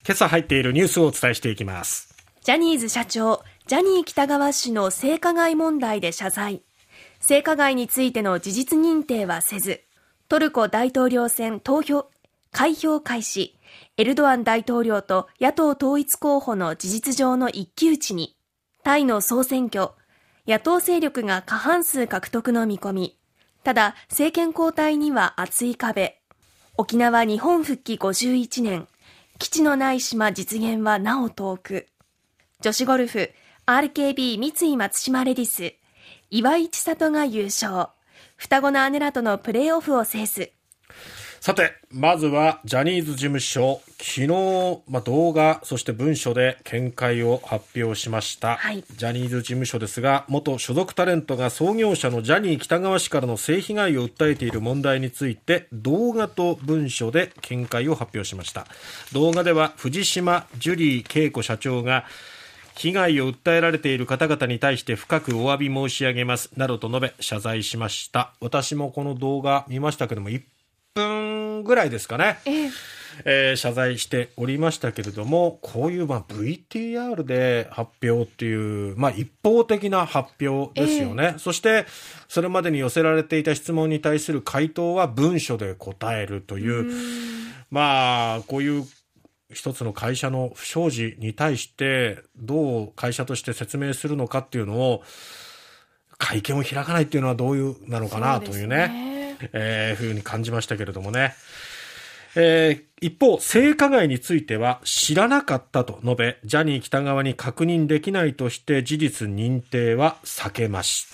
今朝入っているニュースをお伝えしていきます。 ジャニーズ社長、ジャニー喜多川氏の性加害問題で謝罪。性加害についての事実認定はせず、トルコ大統領選開票開始、エルドアン大統領と野党統一候補の事実上の一騎打ちに、タイの総選挙、野党勢力が過半数獲得の見込み。ただ、政権交代には厚い壁。沖縄日本復帰51年、基地のない島実現はなお遠く。女子ゴルフ、RKB 三井松島レディス、岩井千怜が優勝。双子の姉らとのプレーオフを制す。 さて、まずはジャニーズ事務所、昨日、動画、そして文書で見解を発表しました、ジャニーズ事務所ですが、元所属タレントが創業者のジャニー喜多川氏からの性被害を訴えている問題について、動画と文書で見解を発表しました。動画では藤島ジュリー景子社長が、被害を訴えられている方々に対して深くお詫び申し上げますなどと述べ謝罪しました。私もこの動画見ましたけども、1分ぐらいですかね、謝罪しておりましたけれども、こういうVTR で発表っていう、一方的な発表ですよね、そしてそれまでに寄せられていた質問に対する回答は文書で答えるという、こういう一つの会社の不祥事に対してどう会社として説明するのかっていうのを、会見を開かないっていうのはどういうなのかなというね、ふうに感じましたけれどもね。一方、性加害については知らなかったと述べ、ジャニー喜多川に確認できないとして事実認定は避けました。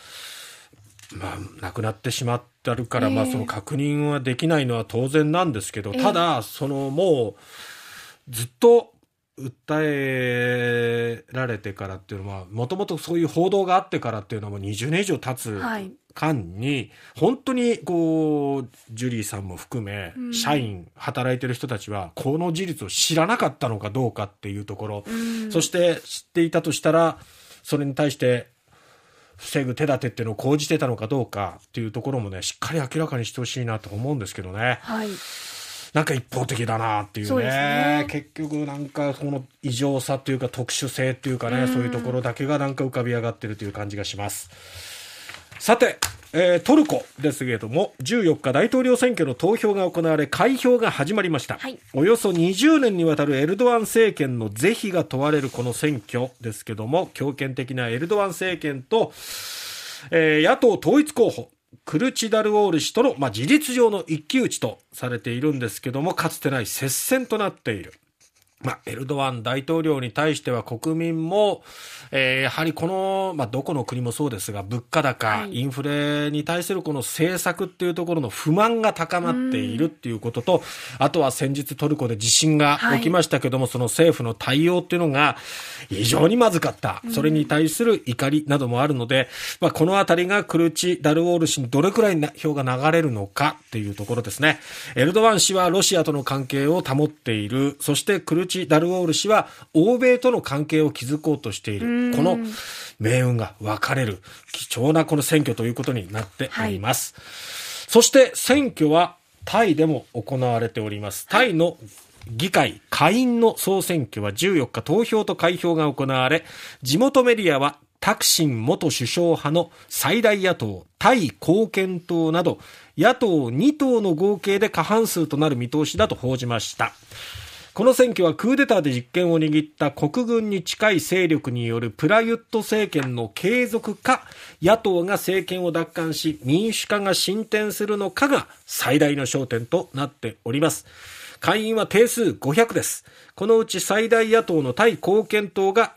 亡くなってしまってるから、その確認はできないのは当然なんですけど、ただもうずっと訴えられてからっていうのは、もともとそういう報道があってからっていうのも20年以上経つ間に、本当にジュリーさんも含め、社員働いてる人たちはこの事実を知らなかったのかどうかっていうところ、そして知っていたとしたらそれに対して防ぐ手立てっていうのを講じてたのかどうかっていうところもね、しっかり明らかにしてほしいなと思うんですけどね、なんか一方的だなっていうね、結局なんかこの異常さというか特殊性っていうかね、そういうところだけがなんか浮かび上がってるという感じがします。さて、トルコですけれども、14日大統領選挙の投票が行われ、開票が始まりました、およそ20年にわたるエルドアン政権の是非が問われるこの選挙ですけども、強権的なエルドアン政権と、野党統一候補クルチダルオール氏との、事実上の一騎打ちとされているんですけども、かつてない接戦となっている。エルドアン大統領に対しては国民も、やはりこの、どこの国もそうですが、物価高、インフレに対するこの政策っていうところの不満が高まっているっていうことと、あとは先日トルコで地震が起きましたけども、その政府の対応っていうのが非常にまずかった。それに対する怒りなどもあるので、このあたりがクルチダルオール氏にどれくらい票が流れるのかっていうところですね。エルドアン氏はロシアとの関係を保っている。そしてクルチダルオール氏は欧米との関係を築こうとしている。この命運が分かれる貴重なこの選挙ということになっております、そして選挙はタイでも行われております。タイの議会下院の総選挙は14日投票と開票が行われ、地元メディアはタクシン元首相派の最大野党タイ貢献党など野党2党の合計で過半数となる見通しだと報じました。この選挙はクーデターで実権を握った国軍に近い勢力によるプラユット政権の継続か、野党が政権を奪還し民主化が進展するのかが最大の焦点となっております。下院は定数500です。このうち最大野党のタイ貢献党が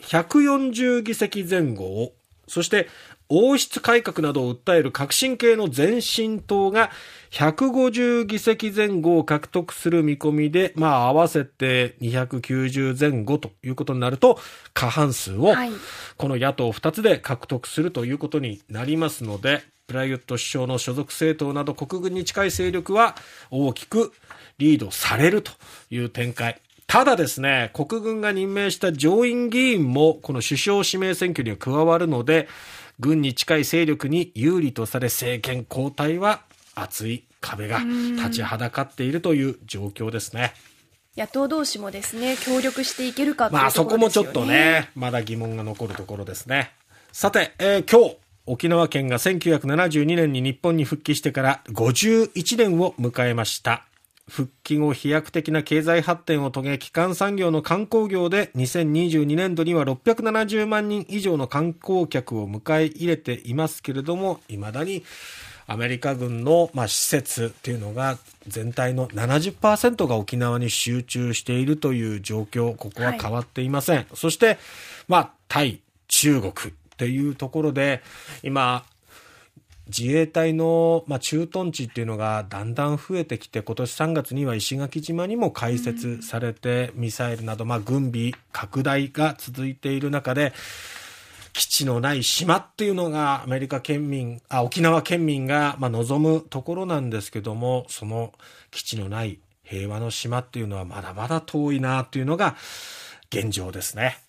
140議席前後を、そして王室改革などを訴える革新系の前進党が150議席前後を獲得する見込みで、合わせて290前後ということになると、過半数をこの野党2つで獲得するということになりますので、プラユット首相の所属政党など国軍に近い勢力は大きくリードされるという展開。ただですね、国軍が任命した上院議員もこの首相指名選挙には加わるので、軍に近い勢力に有利とされ政権交代は厚い壁が立ちはだかっているという状況ですね。 野党同士もですね、協力していけるかっていうとそころですよね。 こもちょっとね、まだ疑問が残るところですね。さて、今日、沖縄県が1972年に日本に復帰してから51年を迎えました。復帰後飛躍的な経済発展を遂げ、基幹産業の観光業で2022年度には670万人以上の観光客を迎え入れていますけれども、未だにアメリカ軍の施設っていうのが全体の 70% が沖縄に集中しているという状況、ここは変わっていません。そして対中国っていうところで今自衛隊の駐屯地っていうのがだんだん増えてきて、今年3月には石垣島にも開設されて、ミサイルなど軍備拡大が続いている中で、基地のない島っていうのが沖縄県民が望むところなんですけども、その基地のない平和の島っていうのはまだまだ遠いなっていうのが現状ですね。